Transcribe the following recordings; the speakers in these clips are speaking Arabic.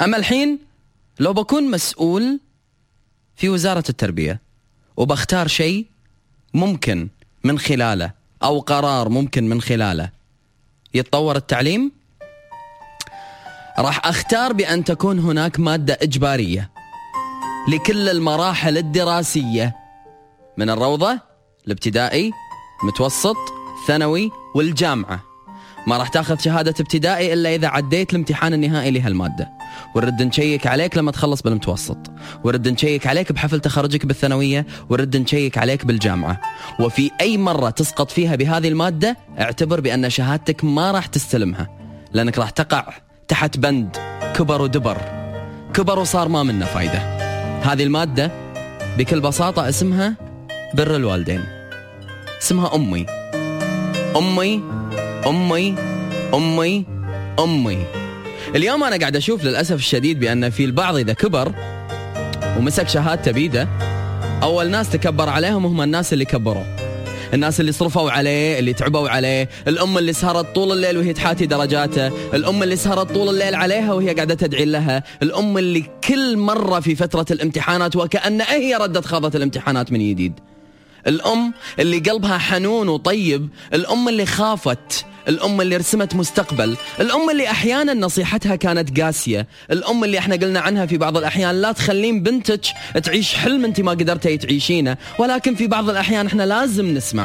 أما الحين لو بكون مسؤول في وزارة التربية وبختار شيء ممكن من خلاله أو قرار ممكن من خلاله يتطور التعليم، راح أختار بأن تكون هناك مادة إجبارية لكل المراحل الدراسية من الروضة، الابتدائي، متوسط، ثانوي والجامعة. ما راح تاخذ شهادة ابتدائي إلا إذا عديت الامتحان النهائي لهالمادة، ونرد نشيك عليك لما تخلص بالمتوسط، ونرد نشيك عليك بحفل تخرجك بالثانوية، ونرد نشيك عليك بالجامعة. وفي أي مرة تسقط فيها بهذه المادة اعتبر بأن شهادتك ما راح تستلمها، لأنك راح تقع تحت بند كبر ودبر، كبر وصار ما منه فايدة. هذه المادة بكل بساطة اسمها بر الوالدين، اسمها أمي أمي أمي أمي أمي. اليوم أنا قاعد أشوف للأسف الشديد بأن في البعض إذا كبر ومسك شهادته بيده، أول ناس تكبر عليهم هم الناس اللي كبروا، الناس اللي صرفوا عليه، اللي تعبوا عليه، الأم اللي سهرت طول الليل وهي تحاتي درجاته، الأم اللي سهرت طول الليل عليها وهي قاعدة تدعي لها، الأم اللي كل مرة في فترة الامتحانات وكأن هي ردت خاضت الامتحانات من جديد، الأم اللي قلبها حنون وطيب، الأم اللي خافت، الأم اللي رسمت مستقبل، الأم اللي أحيانا نصيحتها كانت قاسية، الأم اللي احنا قلنا عنها في بعض الأحيان لا تخلين بنتك تعيش حلم انت ما قدرتي تعيشينه، ولكن في بعض الأحيان احنا لازم نسمع،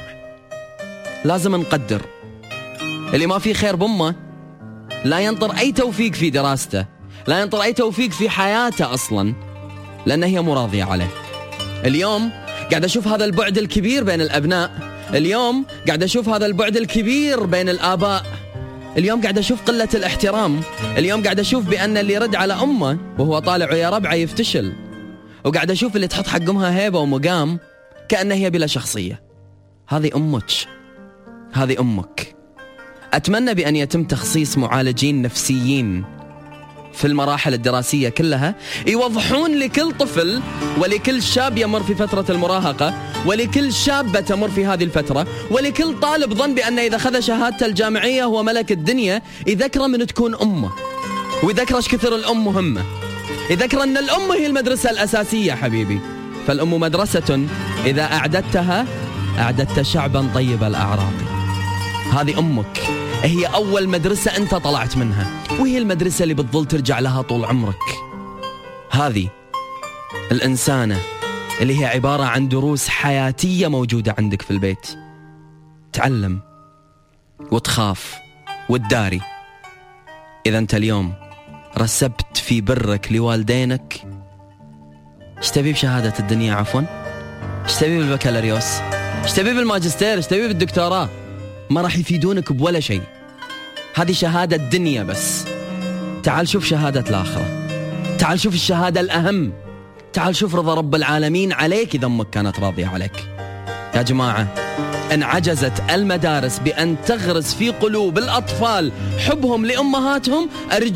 لازم نقدر. اللي ما فيه خير بأمه لا ينطر أي توفيق في دراسته، لا ينطر أي توفيق في حياته أصلا، لأن هي مراضية عليه. اليوم قاعد أشوف هذا البعد الكبير بين الأبناء، اليوم قاعد أشوف هذا البعد الكبير بين الآباء، اليوم قاعد أشوف قلة الاحترام، اليوم قاعد أشوف بأن اللي يرد على أمه وهو طالع ويا ربعه يفتشل، وقاعد أشوف اللي تحط حق أمها هيبة ومقام كأنها هي بلا شخصية. هذه أمك، هذه أمك. أتمنى بأن يتم تخصيص معالجين نفسيين في المراحل الدراسية كلها، يوضحون لكل طفل ولكل شاب يمر في فترة المراهقة ولكل شابة تمر في هذه الفترة ولكل طالب ظن بأن إذا خذ شهادته الجامعية هو ملك الدنيا، يذكر من تكون أمه، ويذكر ايش كثر الأم مهمة، يذكر أن الأم هي المدرسة الأساسية حبيبي. فالأم مدرسة إذا أعددتها أعددت شعبا طيب الأعراق. هذه أمك، هي أول مدرسة أنت طلعت منها، وهي المدرسة اللي بتظل ترجع لها طول عمرك. هذه الإنسانة اللي هي عبارة عن دروس حياتية موجودة عندك في البيت. تعلم وتخاف وتداري. إذا أنت اليوم رسبت في برك لوالدينك، ايش تبي بشهادة الدنيا عفوا؟ ايش تبي بالبكالوريوس؟ ايش تبي بالماجستير؟ ايش تبي بالدكتوراه؟ ما راح يفيدونك بولا شيء. هذه شهادة الدنيا بس. تعال شوف شهادة الآخرة، تعال شوف الشهادة الأهم، تعال شوف رضا رب العالمين عليك إذا أمك كانت راضية عليك. يا جماعة، إن عجزت المدارس بأن تغرس في قلوب الأطفال حبهم لأمهاتهم،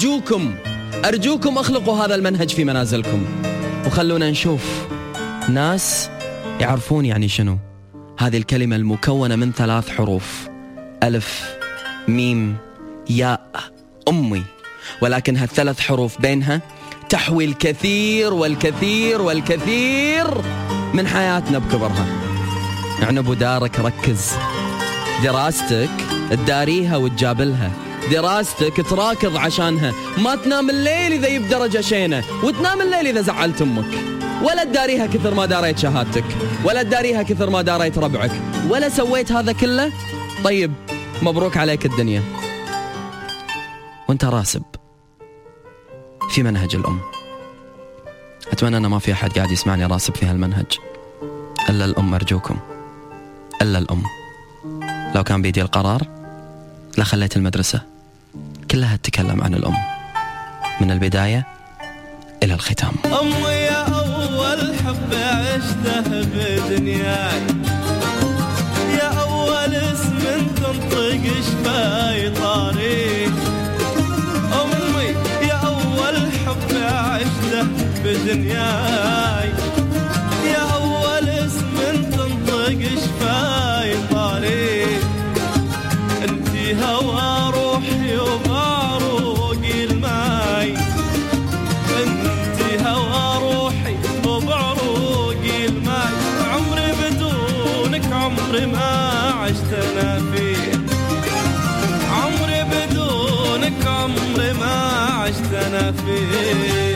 أرجوكم أخلقوا هذا المنهج في منازلكم، وخلونا نشوف ناس يعرفون يعني شنو هذه الكلمة المكونة من 3 حروف: ألف ميم ياء أمي، ولكن هال3 حروف بينها تحوي الكثير والكثير والكثير من حياتنا بكبرها. يعني أبو دارك ركز، دراستك تداريها وتجابلها، دراستك تراكض عشانها، ما تنام الليل إذا يب درجة شينة، وتنام الليل إذا زعلت أمك، ولا تداريها كثر ما داريت شهادتك، ولا تداريها كثر ما داريت ربعك، ولا سويت هذا كله. طيب مبروك عليك الدنيا وانت راسب في منهج الأم. أتمنى أن ما في أحد قاعد يسمعني راسب في هالمنهج إلا الأم. أرجوكم إلا الأم. لو كان بيدي القرار لخليت المدرسة كلها تتكلم عن الأم من البداية إلى الختام. أمي يا أول حب عشته بدنياي، يا أول اسم تنطق شفاي طاري، أمي يا أول حب عشته بدنياي، يا أول اسم تنطق شفاي طاري، انتي هوا روحي وبعروق الماي، عمري ما عشت أنا فيه، عمري بدونك عمري ما عشت أنا فيه.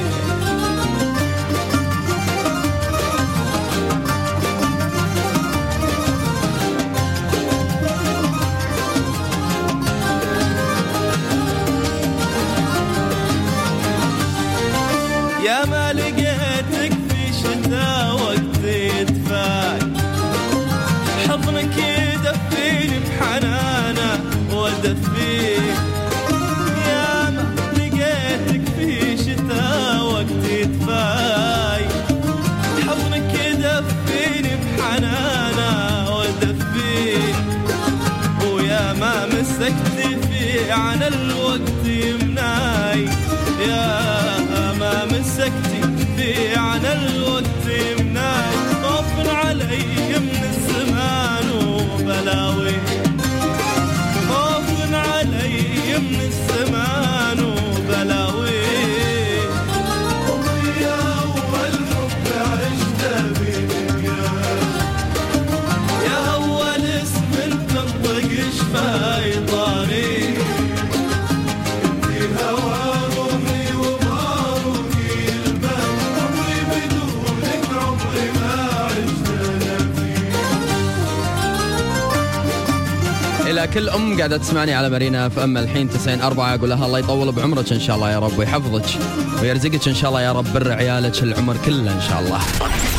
يا ما لقيتك في شتاء وقت يدفاك، حضنك يدفيني بحنانه ودفيك. يا ما لقيتك في شتاء وقت يدفاك، حضنك يدفيني بحنانه ودفيك. ويا ما مسكت في عن الوقت يمناي، يا ما مسكتي في عن الوقت يمناي. خوف علي من الزمان وبلاوي، خوف علي من الزمان وبلاوي. يا أول حب عشت بدنياك، يا أول اسم تنطق شفاي طريق. إلى كل أم قاعدة تسمعني على مارينا FM الحين 90.4 أقول لها الله يطول بعمرك إن شاء الله يا رب، ويحفظك ويرزقك إن شاء الله يا رب بر عيالك العمر كله إن شاء الله.